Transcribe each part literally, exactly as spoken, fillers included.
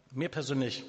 Mir persönlich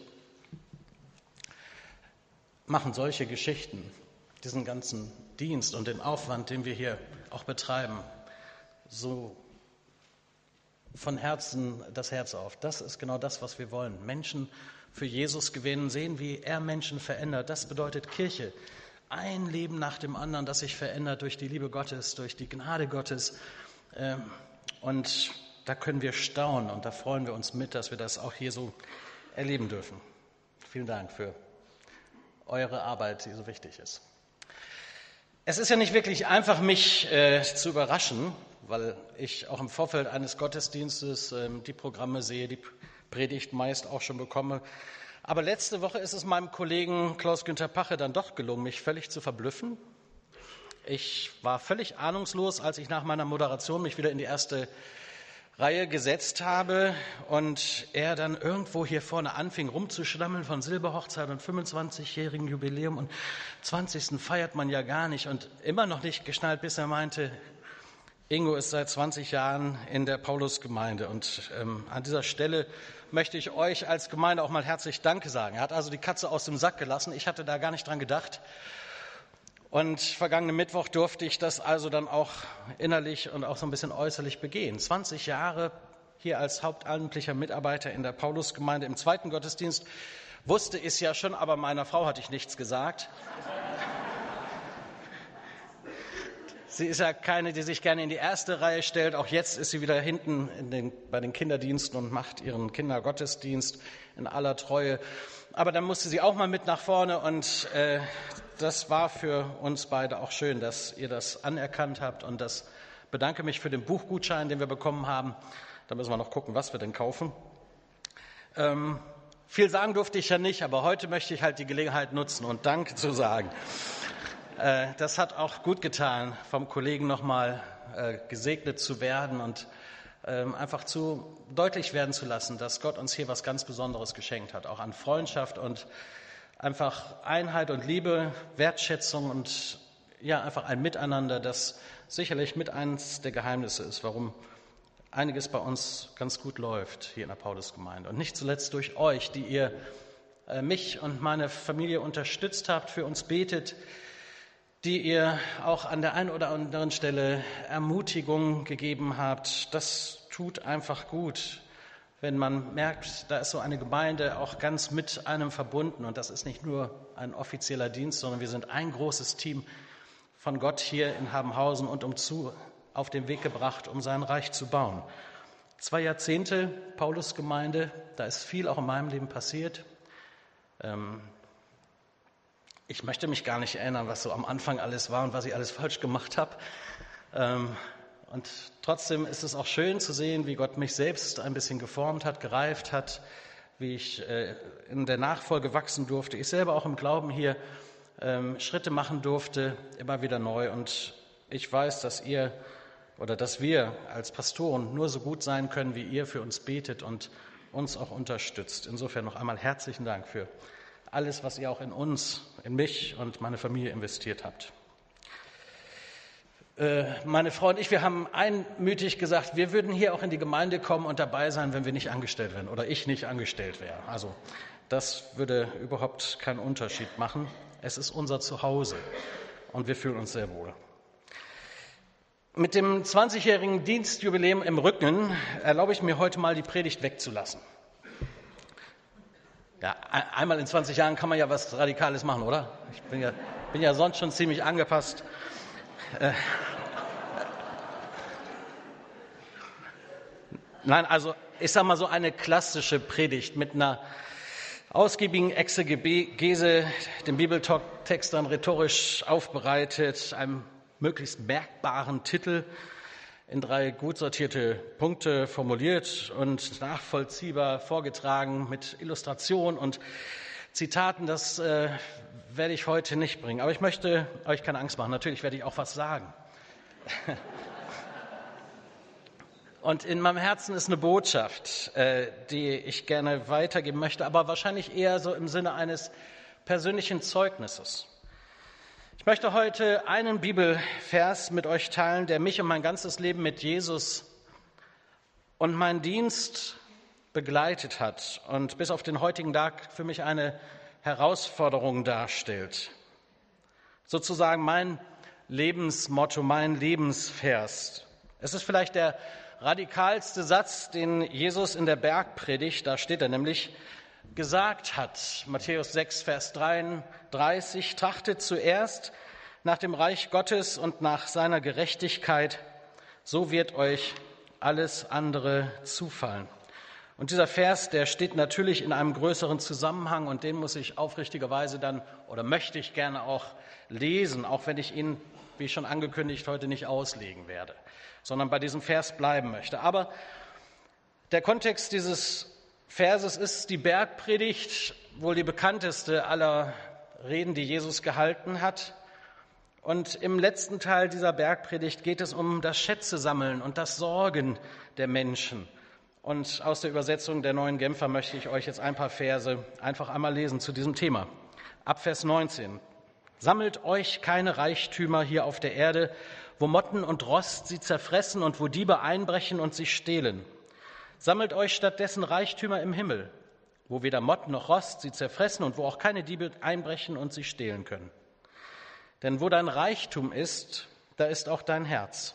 machen solche Geschichten, diesen ganzen Dienst und den Aufwand, den wir hier auch betreiben, so von Herzen das Herz auf. Das ist genau das, was wir wollen. Menschen für Jesus gewinnen, sehen, wie er Menschen verändert. Das bedeutet Kirche. Ein Leben nach dem anderen, das sich verändert durch die Liebe Gottes, durch die Gnade Gottes. Und da können wir staunen und da freuen wir uns mit, dass wir das auch hier so erleben dürfen. Vielen Dank für eure Arbeit, die so wichtig ist. Es ist ja nicht wirklich einfach, mich äh, zu überraschen, weil ich auch im Vorfeld eines Gottesdienstes äh, die Programme sehe, die Predigt meist auch schon bekomme. Aber letzte Woche ist es meinem Kollegen Klaus-Günther Pache dann doch gelungen, mich völlig zu verblüffen. Ich war völlig ahnungslos, als ich nach meiner Moderation mich wieder in die erste Reihe gesetzt habe und er dann irgendwo hier vorne anfing rumzuschlammeln von Silberhochzeit und fünfundzwanzigjährigen Jubiläum und zwanzigsten feiert man ja gar nicht und immer noch nicht geschnallt, bis er meinte, Ingo ist seit zwanzig Jahren in der Paulusgemeinde und ähm, an dieser Stelle möchte ich euch als Gemeinde auch mal herzlich Danke sagen. Er hat also die Katze aus dem Sack gelassen, ich hatte da gar nicht dran gedacht. Und vergangenen Mittwoch durfte ich das also dann auch innerlich und auch so ein bisschen äußerlich begehen. zwanzig Jahre hier als hauptamtlicher Mitarbeiter in der Paulusgemeinde. Im zweiten Gottesdienst wusste ich es ja schon, aber meiner Frau hatte ich nichts gesagt. Sie ist ja keine, die sich gerne in die erste Reihe stellt. Auch jetzt ist sie wieder hinten in den, bei den Kinderdiensten und macht ihren Kindergottesdienst in aller Treue. Aber dann musste sie auch mal mit nach vorne und äh, das war für uns beide auch schön, dass ihr das anerkannt habt und das bedanke mich für den Buchgutschein, den wir bekommen haben. Da müssen wir noch gucken, was wir denn kaufen. Ähm, viel sagen durfte ich ja nicht, aber heute möchte ich halt die Gelegenheit nutzen und Danke zu sagen. Äh, das hat auch gut getan, vom Kollegen nochmal äh, gesegnet zu werden und ähm, einfach zu deutlich werden zu lassen, dass Gott uns hier was ganz Besonderes geschenkt hat, auch an Freundschaft und einfach Einheit und Liebe, Wertschätzung und ja, einfach ein Miteinander, das sicherlich mit eines der Geheimnisse ist, warum einiges bei uns ganz gut läuft hier in der Paulusgemeinde. Und nicht zuletzt durch euch, die ihr äh, mich und meine Familie unterstützt habt, für uns betet, die ihr auch an der einen oder anderen Stelle Ermutigung gegeben habt. Das tut einfach gut, wenn man merkt, da ist so eine Gemeinde auch ganz mit einem verbunden und das ist nicht nur ein offizieller Dienst, sondern wir sind ein großes Team von Gott hier in Habenhausen und umzu auf den Weg gebracht, um sein Reich zu bauen. Zwei Jahrzehnte Paulusgemeinde, da ist viel auch in meinem Leben passiert. Ich möchte mich gar nicht erinnern, was so am Anfang alles war und was ich alles falsch gemacht habe. Und trotzdem ist es auch schön zu sehen, wie Gott mich selbst ein bisschen geformt hat, gereift hat, wie ich in der Nachfolge wachsen durfte. Ich selber auch im Glauben hier Schritte machen durfte, immer wieder neu. Und ich weiß, dass ihr oder dass wir als Pastoren nur so gut sein können, wie ihr für uns betet und uns auch unterstützt. Insofern noch einmal herzlichen Dank für alles, was ihr auch in uns, in mich und meine Familie investiert habt. Meine Frau und ich, wir haben einmütig gesagt, wir würden hier auch in die Gemeinde kommen und dabei sein, wenn wir nicht angestellt wären oder ich nicht angestellt wäre. Also das würde überhaupt keinen Unterschied machen. Es ist unser Zuhause und wir fühlen uns sehr wohl. Mit dem zwanzigjährigen Dienstjubiläum im Rücken erlaube ich mir heute mal die Predigt wegzulassen. Ja, einmal in zwanzig Jahren kann man ja was Radikales machen, oder? Ich bin ja, bin ja sonst schon ziemlich angepasst. Äh, Nein, also ich sage mal so eine klassische Predigt mit einer ausgiebigen Exegese, den Bibeltext dann rhetorisch aufbereitet, einem möglichst merkbaren Titel in drei gut sortierte Punkte formuliert und nachvollziehbar vorgetragen mit Illustration und Zitaten. Das äh, werde ich heute nicht bringen. Aber ich möchte euch keine Angst machen. Natürlich werde ich auch was sagen. Und in meinem Herzen ist eine Botschaft, äh, die ich gerne weitergeben möchte, aber wahrscheinlich eher so im Sinne eines persönlichen Zeugnisses. Ich möchte heute einen Bibelvers mit euch teilen, der mich und mein ganzes Leben mit Jesus und meinen Dienst begleitet hat und bis auf den heutigen Tag für mich eine Herausforderung darstellt. Sozusagen mein Lebensmotto, mein Lebensvers. Es ist vielleicht der radikalste Satz, den Jesus in der Bergpredigt, da steht er nämlich, gesagt hat. Matthäus sechs, Vers dreiunddreißig, trachtet zuerst nach dem Reich Gottes und nach seiner Gerechtigkeit, so wird euch alles andere zufallen. Und dieser Vers, der steht natürlich in einem größeren Zusammenhang und den muss ich aufrichtigerweise dann oder möchte ich gerne auch lesen, auch wenn ich ihn, wie schon angekündigt, heute nicht auslegen werde, sondern bei diesem Vers bleiben möchte. Aber der Kontext dieses Verses ist die Bergpredigt, wohl die bekannteste aller Reden, die Jesus gehalten hat. Und im letzten Teil dieser Bergpredigt geht es um das Schätze-Sammeln und das Sorgen der Menschen. Und aus der Übersetzung der Neuen Genfer möchte ich euch jetzt ein paar Verse einfach einmal lesen zu diesem Thema. Ab Vers neunzehn. Sammelt euch keine Reichtümer hier auf der Erde, wo Motten und Rost sie zerfressen und wo Diebe einbrechen und sie stehlen. Sammelt euch stattdessen Reichtümer im Himmel, wo weder Motten noch Rost sie zerfressen und wo auch keine Diebe einbrechen und sie stehlen können. Denn wo dein Reichtum ist, da ist auch dein Herz.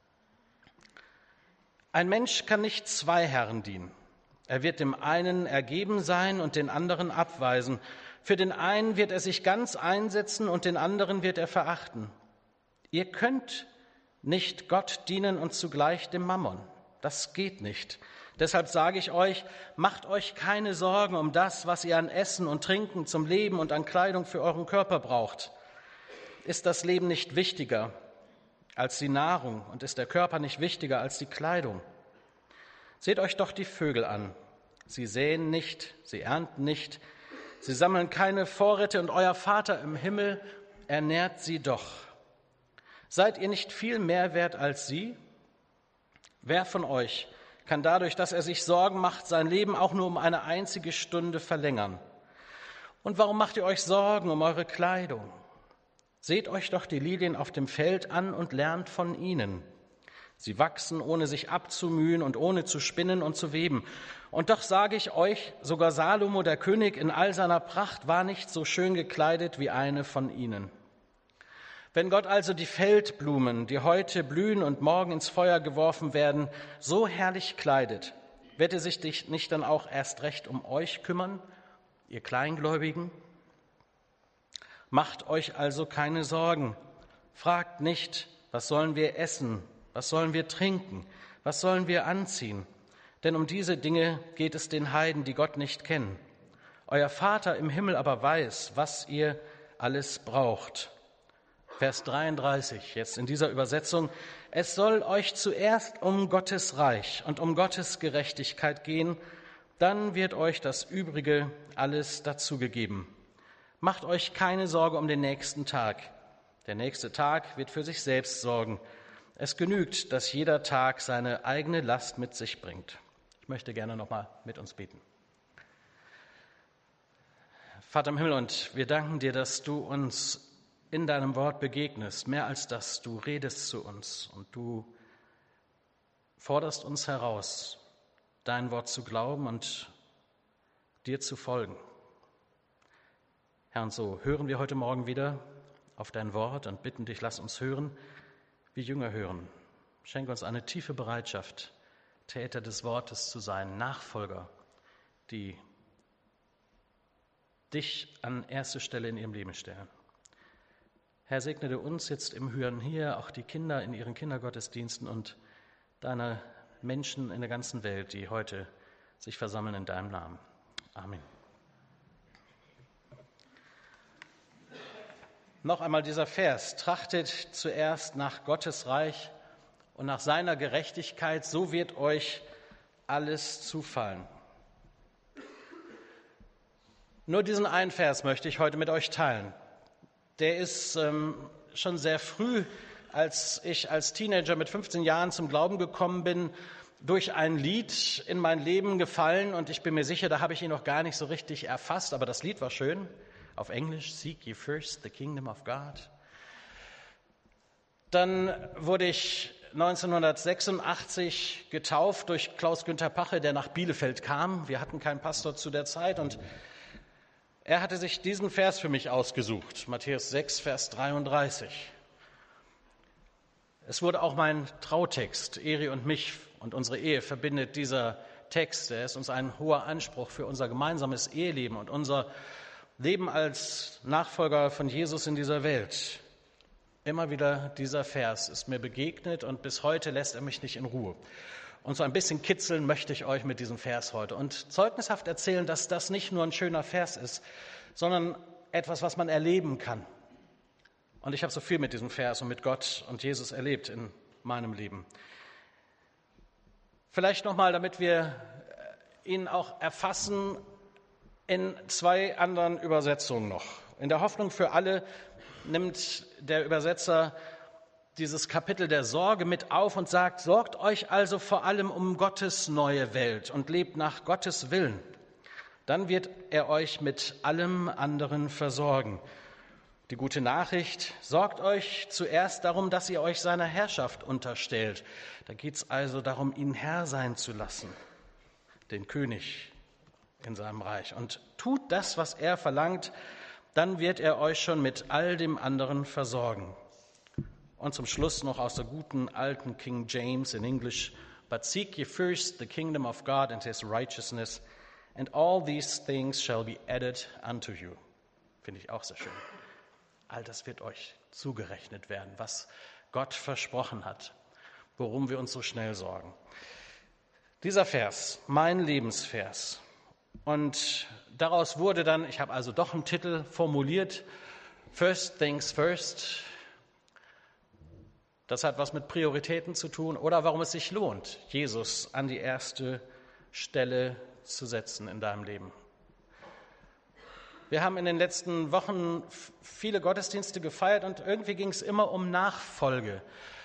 Ein Mensch kann nicht zwei Herren dienen. Er wird dem einen ergeben sein und den anderen abweisen. Für den einen wird er sich ganz einsetzen und den anderen wird er verachten. Ihr könnt nicht Gott dienen und zugleich dem Mammon. Das geht nicht. Deshalb sage ich euch, macht euch keine Sorgen um das, was ihr an Essen und Trinken zum Leben und an Kleidung für euren Körper braucht. Ist das Leben nicht wichtiger als die Nahrung und ist der Körper nicht wichtiger als die Kleidung? Seht euch doch die Vögel an. Sie säen nicht, sie ernten nicht, sie sammeln keine Vorräte und euer Vater im Himmel ernährt sie doch. Seid ihr nicht viel mehr wert als sie? Wer von euch kann dadurch, dass er sich Sorgen macht, sein Leben auch nur um eine einzige Stunde verlängern? Und warum macht ihr euch Sorgen um eure Kleidung? Seht euch doch die Lilien auf dem Feld an und lernt von ihnen. Sie wachsen, ohne sich abzumühen und ohne zu spinnen und zu weben. Und doch sage ich euch, sogar Salomo, der König, in all seiner Pracht war nicht so schön gekleidet wie eine von ihnen. Wenn Gott also die Feldblumen, die heute blühen und morgen ins Feuer geworfen werden, so herrlich kleidet, wird er sich nicht dann auch erst recht um euch kümmern, ihr Kleingläubigen? Macht euch also keine Sorgen. Fragt nicht, was sollen wir essen, was sollen wir trinken, was sollen wir anziehen? Denn um diese Dinge geht es den Heiden, die Gott nicht kennen. Euer Vater im Himmel aber weiß, was ihr alles braucht. Vers dreiunddreißig, jetzt in dieser Übersetzung. Es soll euch zuerst um Gottes Reich und um Gottes Gerechtigkeit gehen, dann wird euch das Übrige alles dazugegeben. Macht euch keine Sorge um den nächsten Tag. Der nächste Tag wird für sich selbst sorgen. Es genügt, dass jeder Tag seine eigene Last mit sich bringt. Ich möchte gerne noch mal mit uns beten. Vater im Himmel, und wir danken dir, dass du uns in deinem Wort begegnest. Mehr als das, du redest zu uns und du forderst uns heraus, dein Wort zu glauben und dir zu folgen. Herr, und so hören wir heute Morgen wieder auf dein Wort und bitten dich, lass uns hören, wie Jünger hören. Schenke uns eine tiefe Bereitschaft, Täter des Wortes zu sein, Nachfolger, die dich an erste Stelle in ihrem Leben stellen. Herr, segne du uns jetzt im Hören hier, auch die Kinder in ihren Kindergottesdiensten und deine Menschen in der ganzen Welt, die heute sich versammeln in deinem Namen. Amen. Noch einmal dieser Vers, trachtet zuerst nach Gottes Reich und nach seiner Gerechtigkeit, so wird euch alles zufallen. Nur diesen einen Vers möchte ich heute mit euch teilen. Der ist ähm, schon sehr früh, als ich als Teenager mit fünfzehn Jahren zum Glauben gekommen bin, durch ein Lied in mein Leben gefallen und ich bin mir sicher, da habe ich ihn noch gar nicht so richtig erfasst, aber das Lied war schön. Auf Englisch, Seek ye first the kingdom of God. Dann wurde ich neunzehnhundertsechsundachtzig getauft durch Klaus-Günther Pache, der nach Bielefeld kam. Wir hatten keinen Pastor zu der Zeit und er hatte sich diesen Vers für mich ausgesucht, Matthäus sechs, Vers dreiunddreißig. Es wurde auch mein Trautext. Eri und mich und unsere Ehe verbindet dieser Text. Er ist uns ein hoher Anspruch für unser gemeinsames Eheleben und unser Leben als Nachfolger von Jesus in dieser Welt. Immer wieder dieser Vers ist mir begegnet und bis heute lässt er mich nicht in Ruhe. Und so ein bisschen kitzeln möchte ich euch mit diesem Vers heute und zeugnishaft erzählen, dass das nicht nur ein schöner Vers ist, sondern etwas, was man erleben kann. Und ich habe so viel mit diesem Vers und mit Gott und Jesus erlebt in meinem Leben. Vielleicht nochmal, damit wir ihn auch erfassen, in zwei anderen Übersetzungen noch. In der Hoffnung für alle nimmt der Übersetzer dieses Kapitel der Sorge mit auf und sagt, sorgt euch also vor allem um Gottes neue Welt und lebt nach Gottes Willen. Dann wird er euch mit allem anderen versorgen. Die gute Nachricht, sorgt euch zuerst darum, dass ihr euch seiner Herrschaft unterstellt. Da geht es also darum, ihn Herr sein zu lassen, den König in seinem Reich. Und tut das, was er verlangt, dann wird er euch schon mit all dem anderen versorgen. Und zum Schluss noch aus der guten alten King James in English, but seek ye first the kingdom of God and his righteousness, and all these things shall be added unto you. Finde ich auch sehr schön. All das wird euch zugerechnet werden, was Gott versprochen hat, worum wir uns so schnell sorgen. Dieser Vers, mein Lebensvers. Und daraus wurde dann, ich habe also doch einen Titel formuliert, First Things First. Das hat was mit Prioritäten zu tun oder warum es sich lohnt, Jesus an die erste Stelle zu setzen in deinem Leben. Wir haben in den letzten Wochen viele Gottesdienste gefeiert und irgendwie ging es immer um Nachfolge.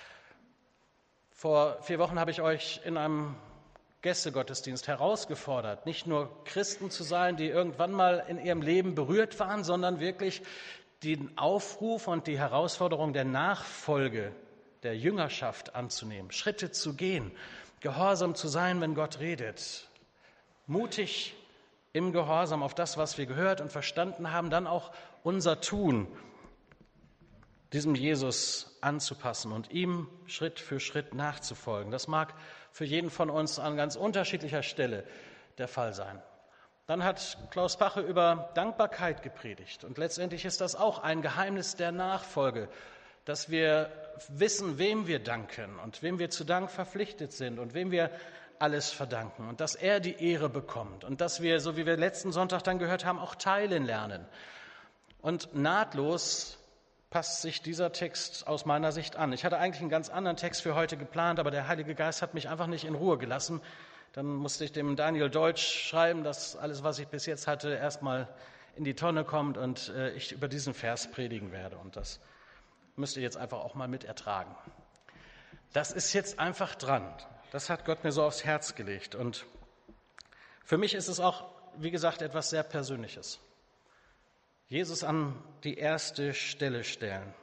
Vor vier Wochen habe ich euch in einem Gästegottesdienst herausgefordert, nicht nur Christen zu sein, die irgendwann mal in ihrem Leben berührt waren, sondern wirklich den Aufruf und die Herausforderung der Nachfolge, der Jüngerschaft anzunehmen, Schritte zu gehen, gehorsam zu sein, wenn Gott redet, mutig im Gehorsam auf das, was wir gehört und verstanden haben, dann auch unser Tun, diesem Jesus anzupassen und ihm Schritt für Schritt nachzufolgen. Das mag für jeden von uns an ganz unterschiedlicher Stelle der Fall sein. Dann hat Klaus Pache über Dankbarkeit gepredigt und letztendlich ist das auch ein Geheimnis der Nachfolge, dass wir wissen, wem wir danken und wem wir zu Dank verpflichtet sind und wem wir alles verdanken und dass er die Ehre bekommt und dass wir, so wie wir letzten Sonntag dann gehört haben, auch teilen lernen. Und nahtlos passt sich dieser Text aus meiner Sicht an. Ich hatte eigentlich einen ganz anderen Text für heute geplant, aber der Heilige Geist hat mich einfach nicht in Ruhe gelassen. Dann musste ich dem Daniel Deutsch schreiben, dass alles, was ich bis jetzt hatte, erstmal in die Tonne kommt und äh, ich über diesen Vers predigen werde. Und das müsst ihr jetzt einfach auch mal mit ertragen. Das ist jetzt einfach dran. Das hat Gott mir so aufs Herz gelegt. Und für mich ist es auch, wie gesagt, etwas sehr Persönliches. Jesus an die erste Stelle stellen.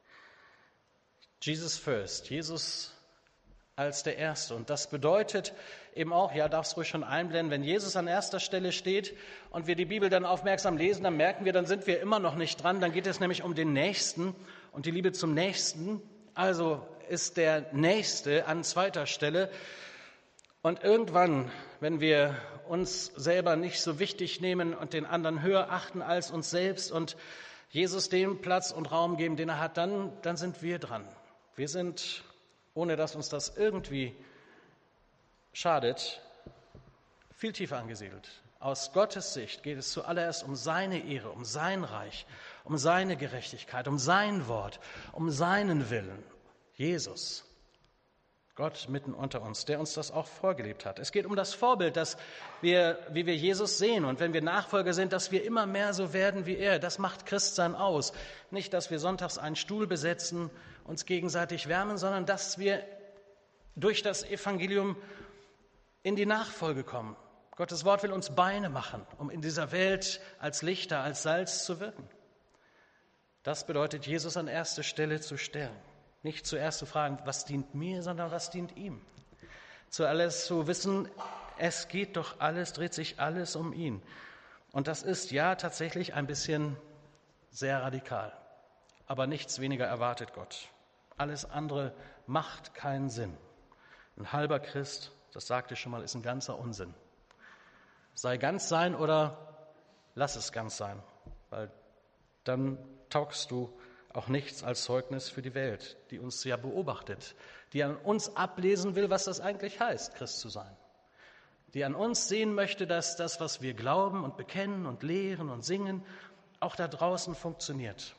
Jesus first, Jesus als der Erste. Und das bedeutet eben auch, ja, darfst ruhig schon einblenden, wenn Jesus an erster Stelle steht und wir die Bibel dann aufmerksam lesen, dann merken wir, dann sind wir immer noch nicht dran. Dann geht es nämlich um den Nächsten und die Liebe zum Nächsten. Also ist der Nächste an zweiter Stelle. Und irgendwann, wenn wir uns selber nicht so wichtig nehmen und den anderen höher achten als uns selbst und Jesus den Platz und Raum geben, den er hat, dann, dann sind wir dran. Wir sind, ohne dass uns das irgendwie schadet, viel tiefer angesiedelt. Aus Gottes Sicht geht es zuallererst um seine Ehre, um sein Reich, um seine Gerechtigkeit, um sein Wort, um seinen Willen. Jesus, Gott mitten unter uns, der uns das auch vorgelebt hat. Es geht um das Vorbild, dass wir, wie wir Jesus sehen und wenn wir Nachfolger sind, dass wir immer mehr so werden wie er. Das macht Christsein aus. Nicht, dass wir sonntags einen Stuhl besetzen, uns gegenseitig wärmen, sondern dass wir durch das Evangelium in die Nachfolge kommen. Gottes Wort will uns Beine machen, um in dieser Welt als Lichter, als Salz zu wirken. Das bedeutet, Jesus an erste Stelle zu stellen. Nicht zuerst zu fragen, was dient mir, sondern was dient ihm. Zuallererst zu wissen, es geht doch alles, dreht sich alles um ihn. Und das ist ja tatsächlich ein bisschen sehr radikal. Aber nichts weniger erwartet Gott. Alles andere macht keinen Sinn. Ein halber Christ, das sagte ich schon mal, ist ein ganzer Unsinn. Sei ganz sein oder lass es ganz sein, weil dann taugst du auch nichts als Zeugnis für die Welt, die uns ja beobachtet, die an uns ablesen will, was das eigentlich heißt, Christ zu sein, die an uns sehen möchte, dass das, was wir glauben und bekennen und lehren und singen, auch da draußen funktioniert.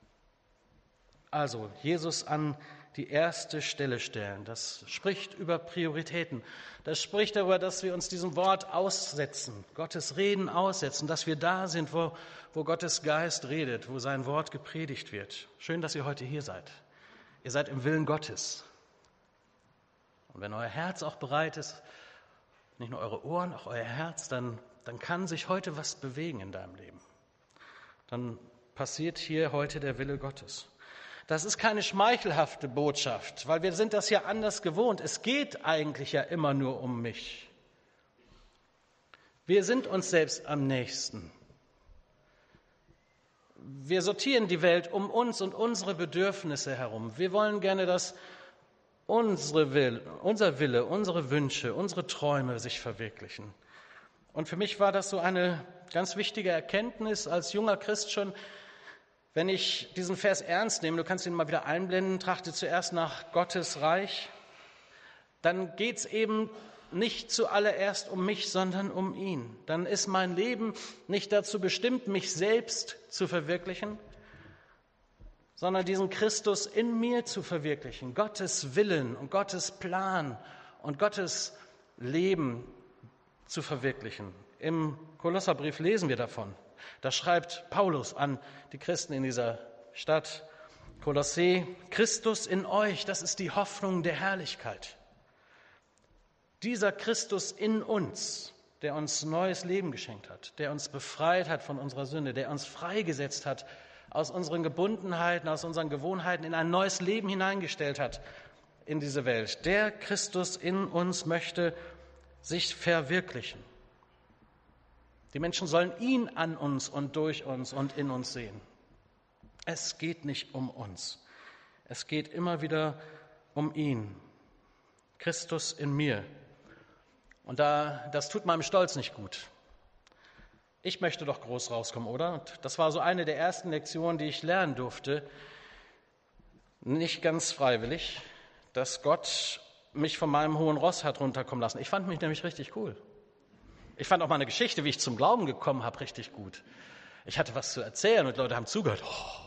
Also Jesus an die erste Stelle stellen, das spricht über Prioritäten. Das spricht darüber, dass wir uns diesem Wort aussetzen, Gottes Reden aussetzen, dass wir da sind, wo, wo Gottes Geist redet, wo sein Wort gepredigt wird. Schön, dass ihr heute hier seid. Ihr seid im Willen Gottes. Und wenn euer Herz auch bereit ist, nicht nur eure Ohren, auch euer Herz, dann, dann kann sich heute was bewegen in deinem Leben. Dann passiert hier heute der Wille Gottes. Das ist keine schmeichelhafte Botschaft, weil wir sind das ja anders gewohnt. Es geht eigentlich ja immer nur um mich. Wir sind uns selbst am nächsten. Wir sortieren die Welt um uns und unsere Bedürfnisse herum. Wir wollen gerne, dass unsere Wille, unser Wille, unsere Wünsche, unsere Träume sich verwirklichen. Und für mich war das so eine ganz wichtige Erkenntnis als junger Christ schon. Wenn ich diesen Vers ernst nehme, du kannst ihn mal wieder einblenden, trachte zuerst nach Gottes Reich, dann geht es eben nicht zuallererst um mich, sondern um ihn. Dann ist mein Leben nicht dazu bestimmt, mich selbst zu verwirklichen, sondern diesen Christus in mir zu verwirklichen, Gottes Willen und Gottes Plan und Gottes Leben zu verwirklichen. Im Kolosserbrief lesen wir davon. Da schreibt Paulus an die Christen in dieser Stadt, Kolossee, Christus in euch, das ist die Hoffnung der Herrlichkeit. Dieser Christus in uns, der uns neues Leben geschenkt hat, der uns befreit hat von unserer Sünde, der uns freigesetzt hat aus unseren Gebundenheiten, aus unseren Gewohnheiten, in ein neues Leben hineingestellt hat in diese Welt. Der Christus in uns möchte sich verwirklichen. Die Menschen sollen ihn an uns und durch uns und in uns sehen. Es geht nicht um uns. Es geht immer wieder um ihn. Christus in mir. Und da, das tut meinem Stolz nicht gut. Ich möchte doch groß rauskommen, oder? Und das war so eine der ersten Lektionen, die ich lernen durfte. Nicht ganz freiwillig, dass Gott mich von meinem hohen Ross hat runterkommen lassen. Ich fand mich nämlich richtig cool. Ich fand auch meine Geschichte, wie ich zum Glauben gekommen habe, richtig gut. Ich hatte was zu erzählen und Leute haben zugehört. Oh.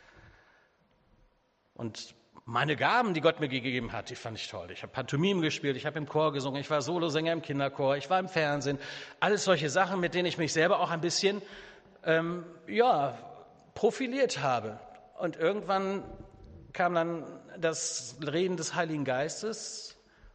Und meine Gaben, die Gott mir gegeben hat, die fand ich toll. Ich habe Pantomime gespielt, ich habe im Chor gesungen, ich war Solosänger im Kinderchor, ich war im Fernsehen. Alles solche Sachen, mit denen ich mich selber auch ein bisschen ähm, ja, profiliert habe. Und irgendwann kam dann das Reden des Heiligen Geistes.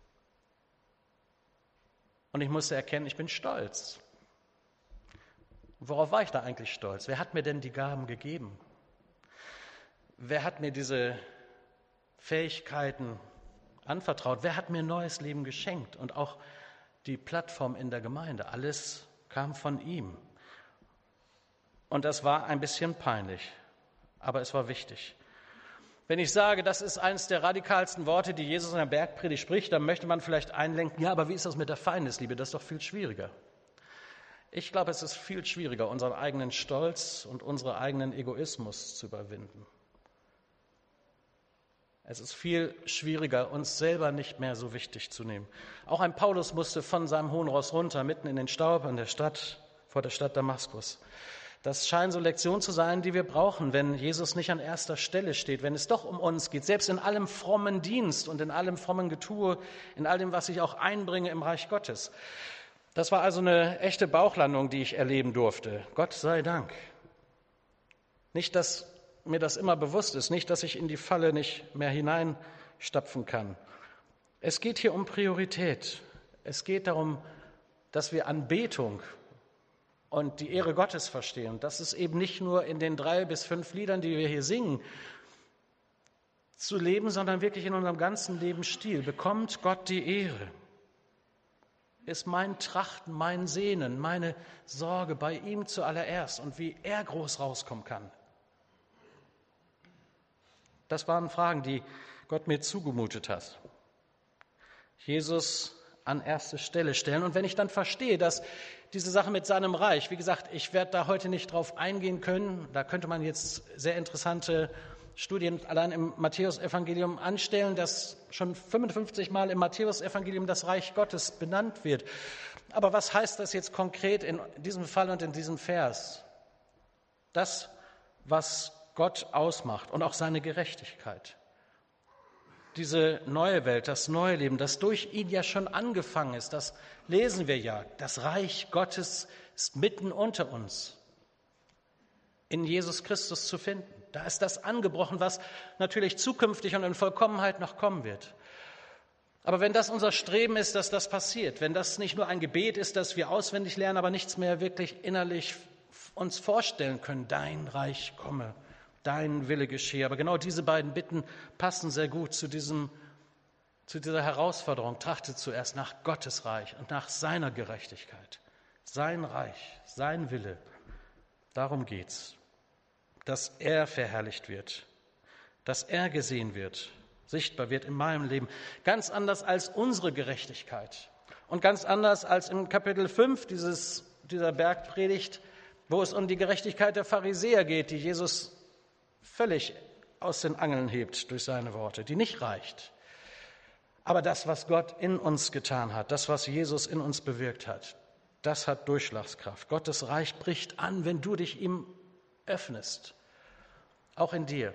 Und ich musste erkennen, ich bin stolz. Worauf war ich da eigentlich stolz? Wer hat mir denn die Gaben gegeben? Wer hat mir diese Fähigkeiten anvertraut? Wer hat mir neues Leben geschenkt? Und auch die Plattform in der Gemeinde. Alles kam von ihm. Und das war ein bisschen peinlich, aber es war wichtig. Wenn ich sage, das ist eines der radikalsten Worte, die Jesus in der Bergpredigt spricht, dann möchte man vielleicht einlenken, ja, aber wie ist das mit der Feindesliebe? Das ist doch viel schwieriger. Ich glaube, es ist viel schwieriger, unseren eigenen Stolz und unseren eigenen Egoismus zu überwinden. Es ist viel schwieriger, uns selber nicht mehr so wichtig zu nehmen. Auch ein Paulus musste von seinem hohen Ross runter, mitten in den Staub an der Stadt, vor der Stadt Damaskus. Das scheinen so Lektionen zu sein, die wir brauchen, wenn Jesus nicht an erster Stelle steht, wenn es doch um uns geht, selbst in allem frommen Dienst und in allem frommen Getue, in all dem, was ich auch einbringe im Reich Gottes. Das war also eine echte Bauchlandung, die ich erleben durfte. Gott sei Dank. Nicht, dass mir das immer bewusst ist, nicht, dass ich in die Falle nicht mehr hineinstapfen kann. Es geht hier um Priorität. Es geht darum, dass wir Anbetung und die Ehre Gottes verstehen. Das ist eben nicht nur in den drei bis fünf Liedern, die wir hier singen, zu leben, sondern wirklich in unserem ganzen Lebensstil. Bekommt Gott die Ehre? Ist mein Trachten, mein Sehnen, meine Sorge bei ihm zuallererst und wie er groß rauskommen kann? Das waren Fragen, die Gott mir zugemutet hat. Jesus an erste Stelle stellen. Und wenn ich dann verstehe, dass diese Sache mit seinem Reich, wie gesagt, ich werde da heute nicht drauf eingehen können, da könnte man jetzt sehr interessante Studien allein im Matthäusevangelium anstellen, dass schon fünfundfünfzig Mal im Matthäusevangelium das Reich Gottes benannt wird. Aber was heißt das jetzt konkret in diesem Fall und in diesem Vers? Das, was Gott ausmacht und auch seine Gerechtigkeit. Diese neue Welt, das neue Leben, das durch ihn ja schon angefangen ist, das lesen wir ja. Das Reich Gottes ist mitten unter uns, in Jesus Christus zu finden. Da ist das angebrochen, was natürlich zukünftig und in Vollkommenheit noch kommen wird. Aber wenn das unser Streben ist, dass das passiert, wenn das nicht nur ein Gebet ist, das wir auswendig lernen, aber nichts mehr wirklich innerlich uns vorstellen können, dein Reich komme, dein Wille geschehe. Aber genau diese beiden Bitten passen sehr gut zu diesem, zu dieser Herausforderung. Trachte zuerst nach Gottes Reich und nach seiner Gerechtigkeit. Sein Reich, sein Wille. Darum geht's. Dass er verherrlicht wird, dass er gesehen wird, sichtbar wird in meinem Leben. Ganz anders als unsere Gerechtigkeit und ganz anders als im Kapitel fünf dieses, dieser Bergpredigt, wo es um die Gerechtigkeit der Pharisäer geht, die Jesus völlig aus den Angeln hebt durch seine Worte, die nicht reicht. Aber das, was Gott in uns getan hat, das, was Jesus in uns bewirkt hat, das hat Durchschlagskraft. Gottes Reich bricht an, wenn du dich ihm öffnest, auch in dir.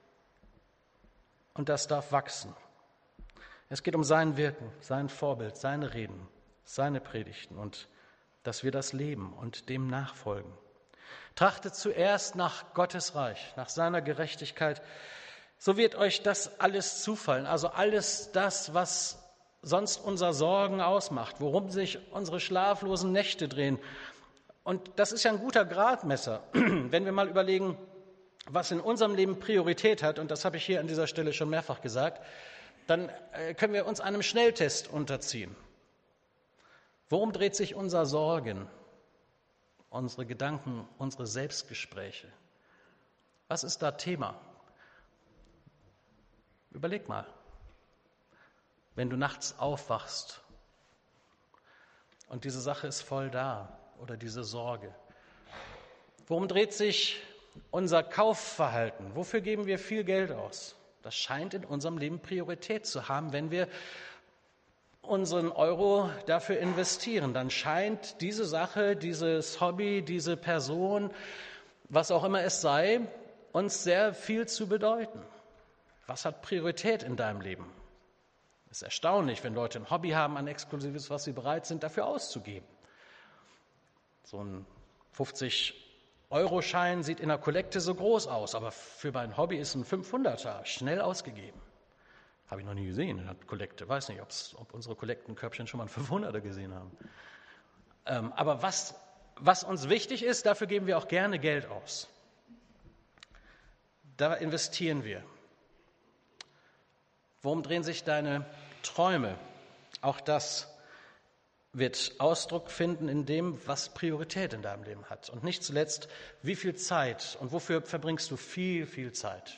Und das darf wachsen. Es geht um sein Wirken, sein Vorbild, seine Reden, seine Predigten und dass wir das leben und dem nachfolgen. Trachtet zuerst nach Gottes Reich, nach seiner Gerechtigkeit, so wird euch das alles zufallen, also alles das, was sonst unser Sorgen ausmacht, worum sich unsere schlaflosen Nächte drehen. Und das ist ja ein guter Gradmesser, wenn wir mal überlegen, was in unserem Leben Priorität hat, und das habe ich hier an dieser Stelle schon mehrfach gesagt, dann können wir uns einem Schnelltest unterziehen. Worum dreht sich unser Sorgen, unsere Gedanken, unsere Selbstgespräche? Was ist da Thema? Überleg mal, wenn du nachts aufwachst und diese Sache ist voll da, oder diese Sorge. Worum dreht sich unser Kaufverhalten? Wofür geben wir viel Geld aus? Das scheint in unserem Leben Priorität zu haben, wenn wir unseren Euro dafür investieren. Dann scheint diese Sache, dieses Hobby, diese Person, was auch immer es sei, uns sehr viel zu bedeuten. Was hat Priorität in deinem Leben? Es ist erstaunlich, wenn Leute ein Hobby haben, ein Exklusives, was sie bereit sind, dafür auszugeben. So ein fünfzig-Euro-Schein sieht in der Kollekte so groß aus, aber für mein Hobby ist ein fünfhunderter schnell ausgegeben. Habe ich noch nie gesehen in der Kollekte. Weiß nicht, ob unsere Kollektenkörbchen schon mal einen fünfhunderter gesehen haben. Ähm, aber was, was uns wichtig ist, dafür geben wir auch gerne Geld aus. Da investieren wir. Worum drehen sich deine Träume? Auch das wird Ausdruck finden in dem, was Priorität in deinem Leben hat. Und nicht zuletzt, wie viel Zeit und wofür verbringst du viel, viel Zeit?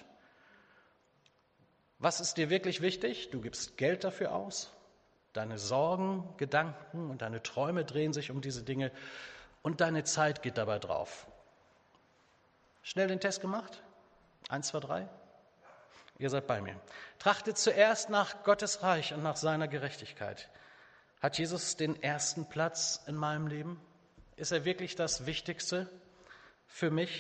Was ist dir wirklich wichtig? Du gibst Geld dafür aus. Deine Sorgen, Gedanken und deine Träume drehen sich um diese Dinge und deine Zeit geht dabei drauf. Schnell den Test gemacht? Eins, zwei, drei? Ihr seid bei mir. Trachtet zuerst nach Gottes Reich und nach seiner Gerechtigkeit. Hat Jesus den ersten Platz in meinem Leben? Ist er wirklich das Wichtigste für mich?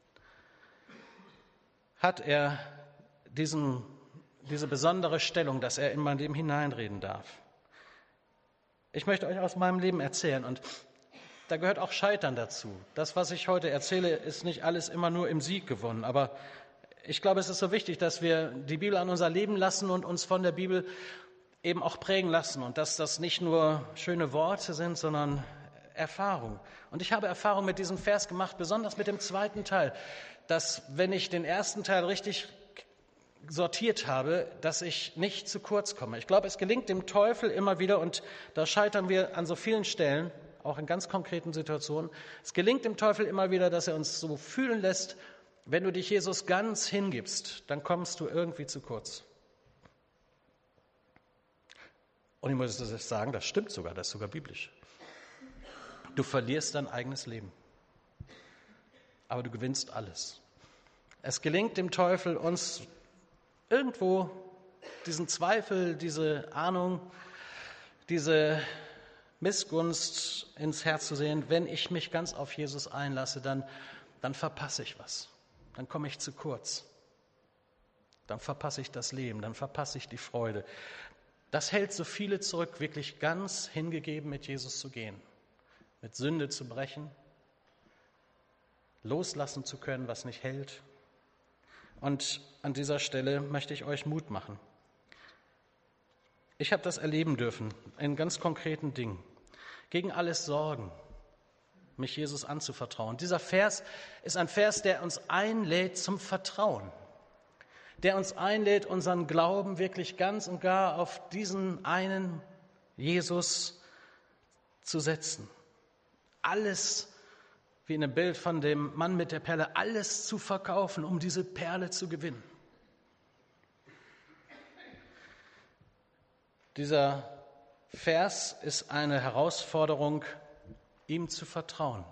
Hat er diesen, diese besondere Stellung, dass er in mein Leben hineinreden darf? Ich möchte euch aus meinem Leben erzählen und da gehört auch Scheitern dazu. Das, was ich heute erzähle, ist nicht alles immer nur im Sieg gewonnen, aber ich glaube, es ist so wichtig, dass wir die Bibel an unser Leben lassen und uns von der Bibel eben auch prägen lassen und dass das nicht nur schöne Worte sind, sondern Erfahrung. Und ich habe Erfahrung mit diesem Vers gemacht, besonders mit dem zweiten Teil, dass wenn ich den ersten Teil richtig sortiert habe, dass ich nicht zu kurz komme. Ich glaube, es gelingt dem Teufel immer wieder, und da scheitern wir an so vielen Stellen, auch in ganz konkreten Situationen, es gelingt dem Teufel immer wieder, dass er uns so fühlen lässt, wenn du dich Jesus ganz hingibst, dann kommst du irgendwie zu kurz. Und ich muss das sagen, das stimmt sogar, das ist sogar biblisch. Du verlierst dein eigenes Leben, aber du gewinnst alles. Es gelingt dem Teufel, uns irgendwo diesen Zweifel, diese Ahnung, diese Missgunst ins Herz zu sehen. Wenn ich mich ganz auf Jesus einlasse, dann, dann verpasse ich was. Dann komme ich zu kurz. Dann verpasse ich das Leben, dann verpasse ich die Freude. Das hält so viele zurück, wirklich ganz hingegeben mit Jesus zu gehen, mit Sünde zu brechen, loslassen zu können, was nicht hält. Und an dieser Stelle möchte ich euch Mut machen. Ich habe das erleben dürfen in ganz konkreten Dingen. Gegen alles Sorgen, mich Jesus anzuvertrauen. Dieser Vers ist ein Vers, der uns einlädt zum Vertrauen, der uns einlädt, unseren Glauben wirklich ganz und gar auf diesen einen Jesus zu setzen. Alles, wie in dem Bild von dem Mann mit der Perle, alles zu verkaufen, um diese Perle zu gewinnen. Dieser Vers ist eine Herausforderung, ihm zu vertrauen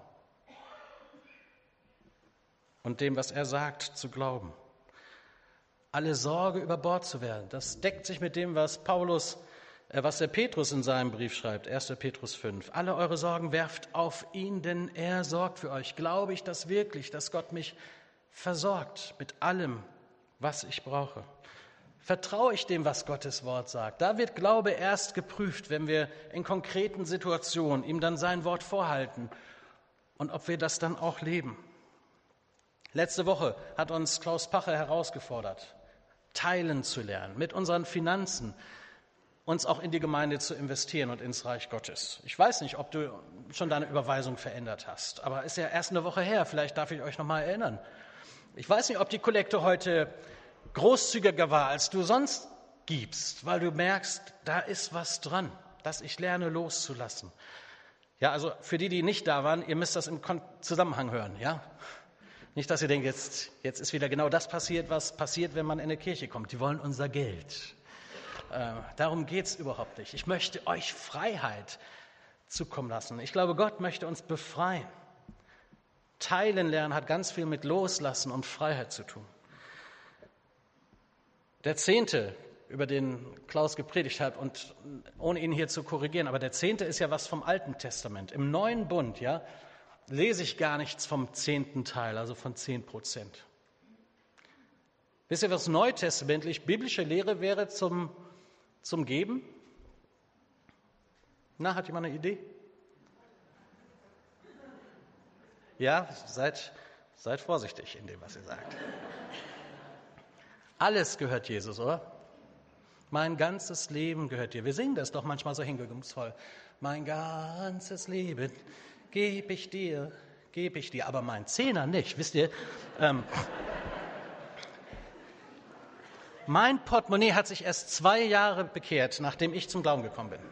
und dem, was er sagt, zu glauben. Alle Sorge über Bord zu werden, das deckt sich mit dem, was Paulus, äh, was der Petrus in seinem Brief schreibt, erster Petrus fünf. Alle eure Sorgen werft auf ihn, denn er sorgt für euch. Glaube ich das wirklich, dass Gott mich versorgt mit allem, was ich brauche? Vertraue ich dem, was Gottes Wort sagt? Da wird Glaube erst geprüft, wenn wir in konkreten Situationen ihm dann sein Wort vorhalten und ob wir das dann auch leben. Letzte Woche hat uns Klaus Pache herausgefordert, teilen zu lernen, mit unseren Finanzen uns auch in die Gemeinde zu investieren und ins Reich Gottes. Ich weiß nicht, ob du schon deine Überweisung verändert hast, aber ist ja erst eine Woche her, vielleicht darf ich euch noch mal erinnern. Ich weiß nicht, ob die Kollekte heute großzügiger war, als du sonst gibst, weil du merkst, da ist was dran, dass ich lerne loszulassen. Ja, also für die, die nicht da waren, ihr müsst das im Zusammenhang hören, ja? Nicht, dass ihr denkt, jetzt, jetzt ist wieder genau das passiert, was passiert, wenn man in eine Kirche kommt. Die wollen unser Geld. Äh, darum geht es überhaupt nicht. Ich möchte euch Freiheit zukommen lassen. Ich glaube, Gott möchte uns befreien. Teilen lernen hat ganz viel mit Loslassen und Freiheit zu tun. Der Zehnte, über den Klaus gepredigt hat, und ohne ihn hier zu korrigieren, aber der Zehnte ist ja was vom Alten Testament. Im Neuen Bund, ja, lese ich gar nichts vom zehnten Teil, also von zehn Prozent. Wisst ihr, was neutestamentlich biblische Lehre wäre zum, zum Geben? Na, hat jemand eine Idee? Ja, seid, seid vorsichtig in dem, was ihr sagt. Alles gehört Jesus, oder? Mein ganzes Leben gehört dir. Wir singen das doch manchmal so hingebungsvoll. Mein ganzes Leben gebe ich dir, gebe ich dir. Aber mein Zehner nicht, wisst ihr? Ähm, mein Portemonnaie hat sich erst zwei Jahre bekehrt, nachdem ich zum Glauben gekommen bin.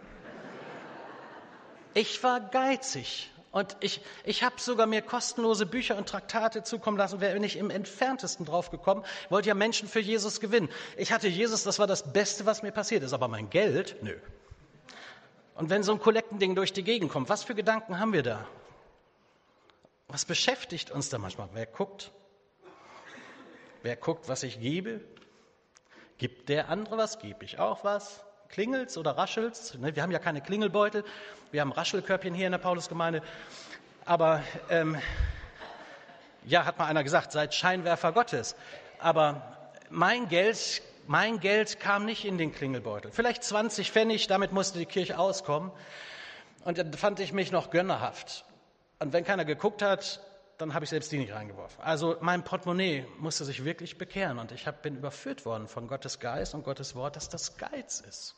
Ich war geizig. Und ich, ich habe sogar mir kostenlose Bücher und Traktate zukommen lassen, wäre nicht im Entferntesten drauf gekommen. Ich wollte ja Menschen für Jesus gewinnen. Ich hatte Jesus, das war das Beste, was mir passiert ist. Aber mein Geld, nö. Und wenn so ein Kollektending durch die Gegend kommt, was für Gedanken haben wir da? Was beschäftigt uns da manchmal? Wer guckt? Wer guckt, was ich gebe? Gibt der andere was? Gebe ich auch was? Klingelt's oder raschelt's? Wir haben ja keine Klingelbeutel, wir haben Raschelkörbchen hier in der Paulusgemeinde. Aber ähm, ja, hat mal einer gesagt, seid Scheinwerfer Gottes. Aber mein Geld, mein Geld kam nicht in den Klingelbeutel. Vielleicht zwanzig Pfennig, damit musste die Kirche auskommen. Und dann fand ich mich noch gönnerhaft. Und wenn keiner geguckt hat, dann habe ich selbst die nicht reingeworfen. Also mein Portemonnaie musste sich wirklich bekehren. Und ich hab, bin überführt worden von Gottes Geist und Gottes Wort, dass das Geiz ist.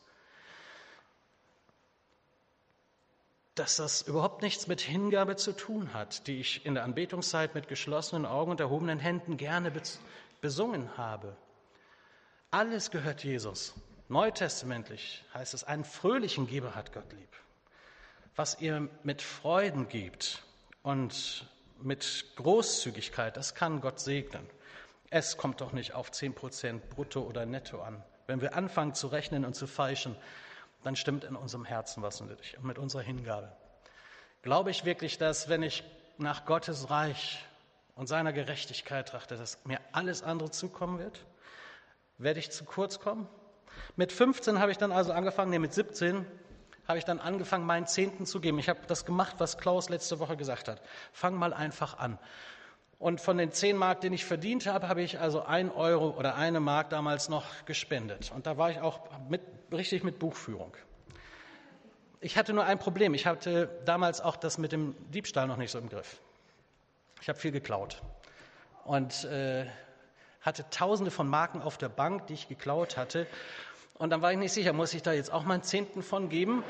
Dass das überhaupt nichts mit Hingabe zu tun hat, die ich in der Anbetungszeit mit geschlossenen Augen und erhobenen Händen gerne besungen habe. Alles gehört Jesus. Neutestamentlich heißt es, einen fröhlichen Geber hat Gott lieb. Was ihr mit Freuden gibt und mit Großzügigkeit, das kann Gott segnen. Es kommt doch nicht auf zehn Prozent brutto oder netto an. Wenn wir anfangen zu rechnen und zu feilschen, dann stimmt in unserem Herzen was nicht und mit unserer Hingabe. Glaube ich wirklich, dass, wenn ich nach Gottes Reich und seiner Gerechtigkeit trachte, dass mir alles andere zukommen wird? Werde ich zu kurz kommen? Mit fünfzehn habe ich dann also angefangen, nee, mit siebzehn habe ich dann angefangen, meinen Zehnten zu geben. Ich habe das gemacht, was Klaus letzte Woche gesagt hat. Fang mal einfach an. Und von den zehn Mark, den ich verdient habe, habe ich also ein Euro oder eine Mark damals noch gespendet. Und da war ich auch mit, richtig mit Buchführung. Ich hatte nur ein Problem. Ich hatte damals auch das mit dem Diebstahl noch nicht so im Griff. Ich habe viel geklaut und äh, hatte Tausende von Marken auf der Bank, die ich geklaut hatte. Und dann war ich nicht sicher, muss ich da jetzt auch meinen Zehnten von geben?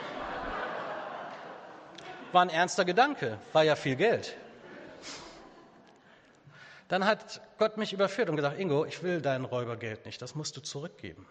War ein ernster Gedanke, war ja viel Geld. Dann hat Gott mich überführt und gesagt, Ingo, ich will dein Räubergeld nicht, das musst du zurückgeben.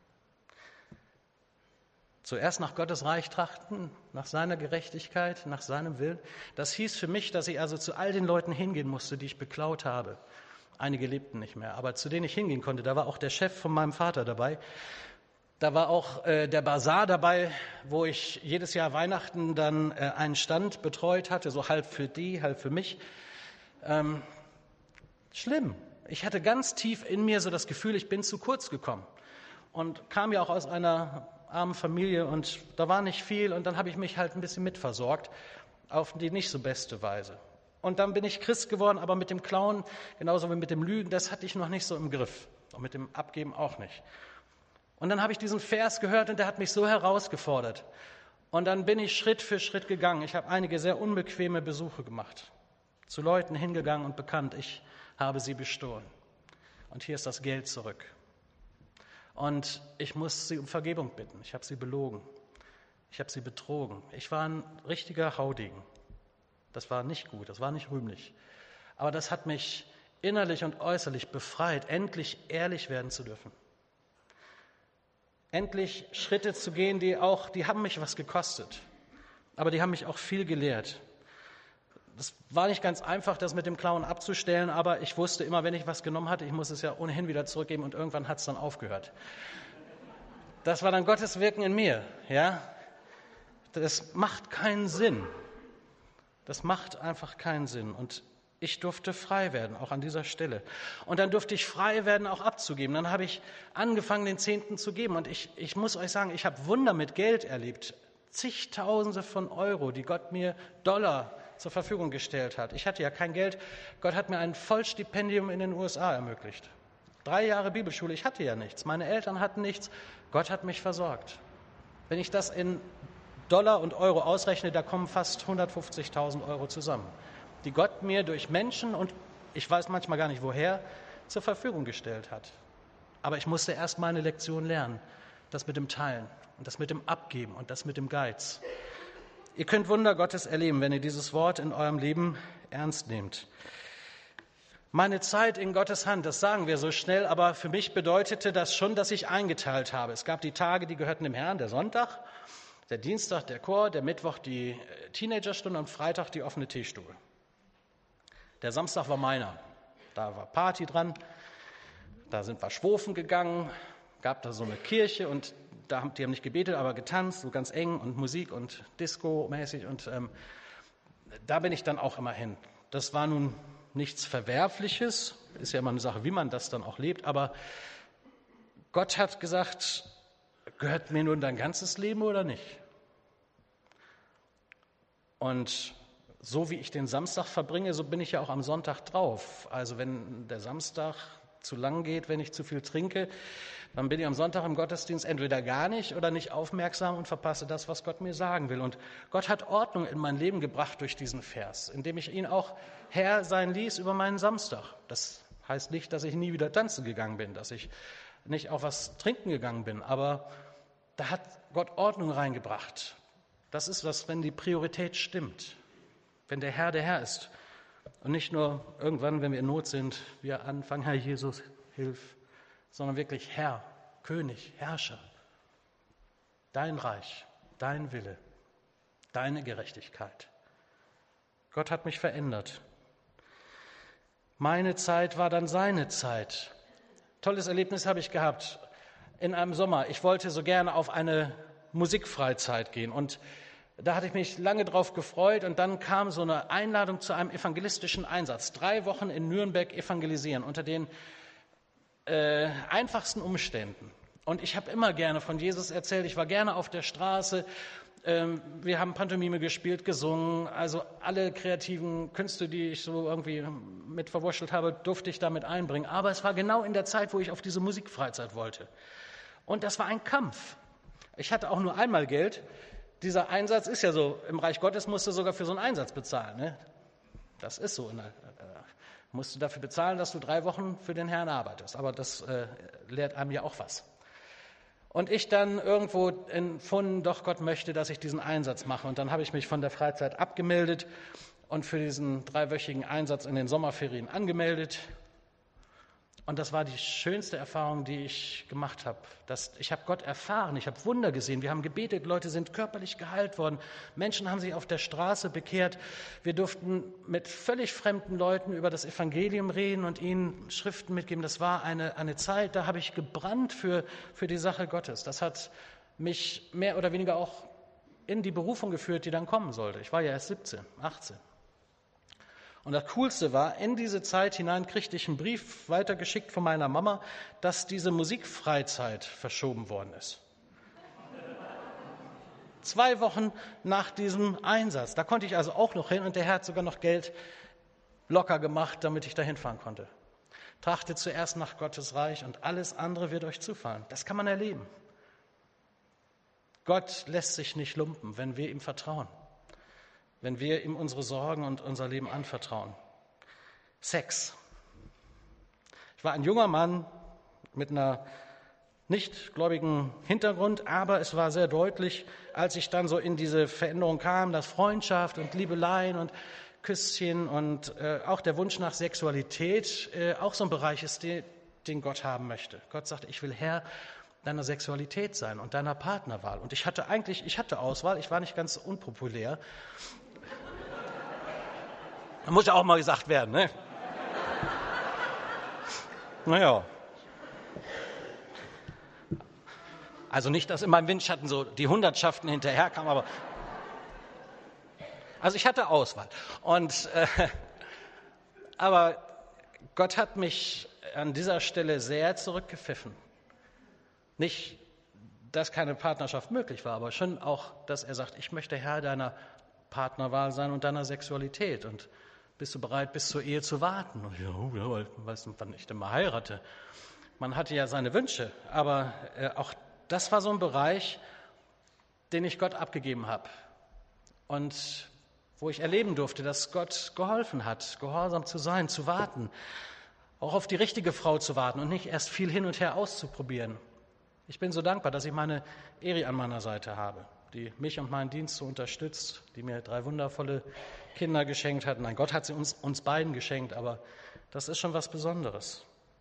Zuerst nach Gottes Reich trachten, nach seiner Gerechtigkeit, nach seinem Willen. Das hieß für mich, dass ich also zu all den Leuten hingehen musste, die ich beklaut habe. Einige lebten nicht mehr, aber zu denen ich hingehen konnte, da war auch der Chef von meinem Vater dabei. Da war auch äh, der Basar dabei, wo ich jedes Jahr Weihnachten dann äh, einen Stand betreut hatte, so halb für die, halb für mich. Ähm, schlimm. Ich hatte ganz tief in mir so das Gefühl, ich bin zu kurz gekommen und kam ja auch aus einer armen Familie und da war nicht viel und dann habe ich mich halt ein bisschen mitversorgt auf die nicht so beste Weise. Und dann bin ich Christ geworden, aber mit dem Klauen, genauso wie mit dem Lügen, das hatte ich noch nicht so im Griff. Und mit dem Abgeben auch nicht. Und dann habe ich diesen Vers gehört und der hat mich so herausgefordert. Und dann bin ich Schritt für Schritt gegangen. Ich habe einige sehr unbequeme Besuche gemacht. Zu Leuten hingegangen und bekannt, ich habe sie bestohlen. Und hier ist das Geld zurück. Und ich muss sie um Vergebung bitten. Ich habe sie belogen. Ich habe sie betrogen. Ich war ein richtiger Haudegen. Das war nicht gut, das war nicht rühmlich. Aber das hat mich innerlich und äußerlich befreit, endlich ehrlich werden zu dürfen. Endlich Schritte zu gehen, die auch, die haben mich was gekostet. Aber die haben mich auch viel gelehrt. Das war nicht ganz einfach, das mit dem Klauen abzustellen, aber ich wusste immer, wenn ich was genommen hatte, ich muss es ja ohnehin wieder zurückgeben und irgendwann hat es dann aufgehört. Das war dann Gottes Wirken in mir, ja. Das macht keinen Sinn. Das macht einfach keinen Sinn. Und ich durfte frei werden, auch an dieser Stelle. Und dann durfte ich frei werden, auch abzugeben. Dann habe ich angefangen, den Zehnten zu geben. Und ich, ich muss euch sagen, ich habe Wunder mit Geld erlebt. Zigtausende von Euro, die Gott mir, Dollar zur Verfügung gestellt hat. Ich hatte ja kein Geld. Gott hat mir ein Vollstipendium in den U S A ermöglicht. Drei Jahre Bibelschule, ich hatte ja nichts. Meine Eltern hatten nichts. Gott hat mich versorgt. Wenn ich das in Dollar und Euro ausrechne, da kommen fast hundertfünfzigtausend Euro zusammen, die Gott mir durch Menschen und ich weiß manchmal gar nicht woher zur Verfügung gestellt hat. Aber ich musste erst mal eine Lektion lernen, das mit dem Teilen und das mit dem Abgeben und das mit dem Geiz. Ihr könnt Wunder Gottes erleben, wenn ihr dieses Wort in eurem Leben ernst nehmt. Meine Zeit in Gottes Hand, das sagen wir so schnell, aber für mich bedeutete das schon, dass ich eingeteilt habe. Es gab die Tage, die gehörten dem Herrn, der Sonntag, der Dienstag der Chor, der Mittwoch die Teenagerstunde und Freitag die offene Teestube. Der Samstag war meiner. Da war Party dran, da sind wir schwofen gegangen, gab da so eine Kirche und da haben, die haben nicht gebetet, aber getanzt, so ganz eng und Musik und Disco-mäßig und ähm, da bin ich dann auch immer hin. Das war nun nichts Verwerfliches, ist ja immer eine Sache, wie man das dann auch lebt, aber Gott hat gesagt, gehört mir nun dein ganzes Leben oder nicht? Und so wie ich den Samstag verbringe, so bin ich ja auch am Sonntag drauf. Also wenn der Samstag zu lang geht, wenn ich zu viel trinke, dann bin ich am Sonntag im Gottesdienst entweder gar nicht oder nicht aufmerksam und verpasse das, was Gott mir sagen will. Und Gott hat Ordnung in mein Leben gebracht durch diesen Vers, indem ich ihn auch Herr sein ließ über meinen Samstag. Das heißt nicht, dass ich nie wieder tanzen gegangen bin, dass ich nicht auf was trinken gegangen bin, aber da hat Gott Ordnung reingebracht. Das ist was, wenn die Priorität stimmt, wenn der Herr der Herr ist und nicht nur irgendwann, wenn wir in Not sind, wir anfangen, Herr Jesus, hilf, sondern wirklich Herr, König, Herrscher. Dein Reich, dein Wille, deine Gerechtigkeit. Gott hat mich verändert. Meine Zeit war dann seine Zeit. Tolles Erlebnis habe ich gehabt in einem Sommer. Ich wollte so gerne auf eine Musikfreizeit gehen und da hatte ich mich lange drauf gefreut und dann kam so eine Einladung zu einem evangelistischen Einsatz. Drei Wochen in Nürnberg evangelisieren unter den äh, einfachsten Umständen. Und ich habe immer gerne von Jesus erzählt. Ich war gerne auf der Straße. Ähm, wir haben Pantomime gespielt, gesungen. Also alle kreativen Künste, die ich so irgendwie mit verwurschtelt habe, durfte ich damit einbringen. Aber es war genau in der Zeit, wo ich auf diese Musikfreizeit wollte. Und das war ein Kampf. Ich hatte auch nur einmal Geld. Dieser Einsatz ist ja so, im Reich Gottes musst du sogar für so einen Einsatz bezahlen. Ne? Das ist so. Ne? Musst du dafür bezahlen, dass du drei Wochen für den Herrn arbeitest. Aber das äh, lehrt einem ja auch was. Und ich dann irgendwo empfunden, doch Gott möchte, dass ich diesen Einsatz mache. Und dann habe ich mich von der Freizeit abgemeldet und für diesen dreiwöchigen Einsatz in den Sommerferien angemeldet. Und das war die schönste Erfahrung, die ich gemacht habe. Das, ich habe Gott erfahren, ich habe Wunder gesehen, wir haben gebetet, Leute sind körperlich geheilt worden, Menschen haben sich auf der Straße bekehrt. Wir durften mit völlig fremden Leuten über das Evangelium reden und ihnen Schriften mitgeben. Das war eine, eine Zeit, da habe ich gebrannt für, für die Sache Gottes. Das hat mich mehr oder weniger auch in die Berufung geführt, die dann kommen sollte. Ich war ja erst siebzehn, achtzehn. Und das Coolste war, in diese Zeit hinein kriegte ich einen Brief weitergeschickt von meiner Mama, dass diese Musikfreizeit verschoben worden ist. Zwei Wochen nach diesem Einsatz. Da konnte ich also auch noch hin und der Herr hat sogar noch Geld locker gemacht, damit ich da hinfahren konnte. Trachtet zuerst nach Gottes Reich und alles andere wird euch zufallen. Das kann man erleben. Gott lässt sich nicht lumpen, wenn wir ihm vertrauen. Wenn wir ihm unsere Sorgen und unser Leben anvertrauen. Sex. Ich war ein junger Mann mit einer nichtgläubigen Hintergrund, aber es war sehr deutlich, als ich dann so in diese Veränderung kam, dass Freundschaft und Liebeleien und Küsschen und äh, auch der Wunsch nach Sexualität äh, auch so ein Bereich ist, den, den Gott haben möchte. Gott sagt, ich will Herr deiner Sexualität sein und deiner Partnerwahl. Und ich hatte eigentlich, ich hatte Auswahl, ich war nicht ganz unpopulär. Das muss ja auch mal gesagt werden, ne? Naja. Also nicht, dass in meinem Windschatten so die Hundertschaften hinterherkamen, aber also ich hatte Auswahl. Und äh, aber Gott hat mich an dieser Stelle sehr zurückgepfiffen. Nicht, dass keine Partnerschaft möglich war, aber schon auch, dass er sagt, ich möchte Herr deiner Partnerwahl sein und deiner Sexualität. Und bist du bereit, bis zur Ehe zu warten? Und ja, ja, weißt du, wann ich denn mal heirate? Man hatte ja seine Wünsche, aber äh, auch das war so ein Bereich, den ich Gott abgegeben habe. Und wo ich erleben durfte, dass Gott geholfen hat, gehorsam zu sein, zu warten, auch auf die richtige Frau zu warten und nicht erst viel hin und her auszuprobieren. Ich bin so dankbar, dass ich meine Eri an meiner Seite habe, die mich und meinen Dienst so unterstützt, die mir drei wundervolle Kinder geschenkt hat. Nein, Gott hat sie uns, uns beiden geschenkt, aber das ist schon was Besonderes.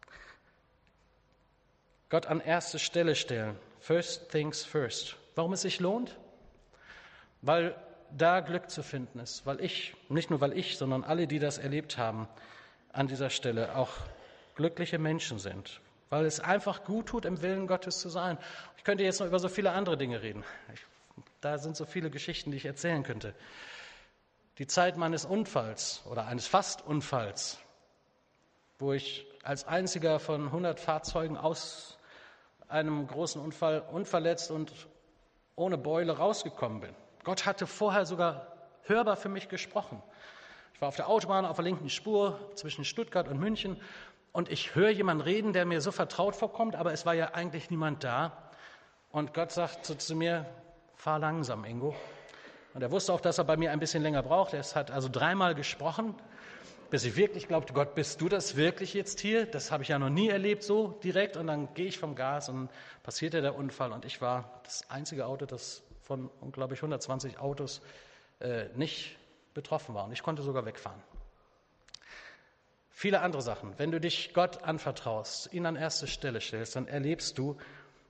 Gott an erste Stelle stellen. First things first. Warum es sich lohnt? Weil da Glück zu finden ist. Weil ich, nicht nur weil ich, sondern alle, die das erlebt haben, an dieser Stelle auch glückliche Menschen sind. Weil es einfach gut tut, im Willen Gottes zu sein. Ich könnte jetzt noch über so viele andere Dinge reden. Ich, da sind so viele Geschichten, die ich erzählen könnte. Die Zeit meines Unfalls oder eines Fastunfalls, wo ich als einziger von hundert Fahrzeugen aus einem großen Unfall unverletzt und ohne Beule rausgekommen bin. Gott hatte vorher sogar hörbar für mich gesprochen. Ich war auf der Autobahn auf der linken Spur zwischen Stuttgart und München und ich höre jemanden reden, der mir so vertraut vorkommt, aber es war ja eigentlich niemand da. Und Gott sagt so zu mir, fahr langsam, Ingo. Und er wusste auch, dass er bei mir ein bisschen länger braucht. Er hat also dreimal gesprochen, bis ich wirklich glaubte, Gott, bist du das wirklich jetzt hier? Das habe ich ja noch nie erlebt so direkt. Und dann gehe ich vom Gas und passierte der Unfall. Und ich war das einzige Auto, das von, glaube ich, hundertzwanzig Autos äh, nicht betroffen war. Und ich konnte sogar wegfahren. Viele andere Sachen. Wenn du dich Gott anvertraust, ihn an erste Stelle stellst, dann erlebst du,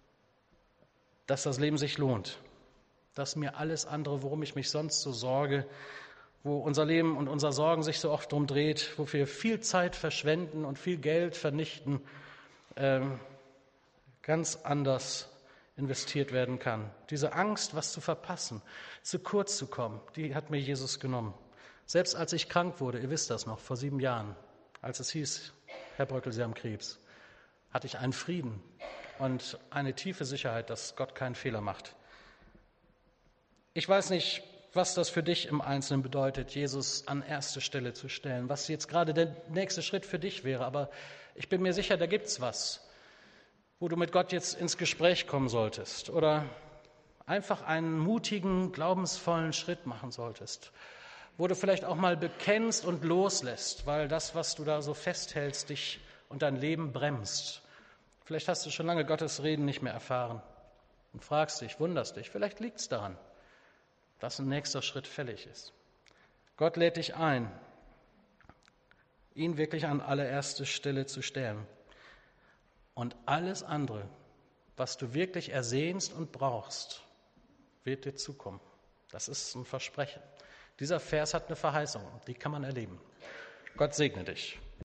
dass das Leben sich lohnt, dass mir alles andere, worum ich mich sonst so sorge, wo unser Leben und unser Sorgen sich so oft drum dreht, wo wir viel Zeit verschwenden und viel Geld vernichten, ähm, ganz anders investiert werden kann. Diese Angst, was zu verpassen, zu kurz zu kommen, die hat mir Jesus genommen. Selbst als ich krank wurde, ihr wisst das noch, vor sieben Jahren, als es hieß, Herr Bröckel, Sie haben Krebs, hatte ich einen Frieden und eine tiefe Sicherheit, dass Gott keinen Fehler macht. Ich weiß nicht, was das für dich im Einzelnen bedeutet, Jesus an erste Stelle zu stellen, was jetzt gerade der nächste Schritt für dich wäre, aber ich bin mir sicher, da gibt's was, wo du mit Gott jetzt ins Gespräch kommen solltest oder einfach einen mutigen, glaubensvollen Schritt machen solltest, wo du vielleicht auch mal bekennst und loslässt, weil das, was du da so festhältst, dich und dein Leben bremst. Vielleicht hast du schon lange Gottes Reden nicht mehr erfahren und fragst dich, wunderst dich, vielleicht liegt es daran, dass ein nächster Schritt fällig ist. Gott lädt dich ein, ihn wirklich an allererste Stelle zu stellen. Und alles andere, was du wirklich ersehnst und brauchst, wird dir zukommen. Das ist ein Versprechen. Dieser Vers hat eine Verheißung, die kann man erleben. Gott segne dich.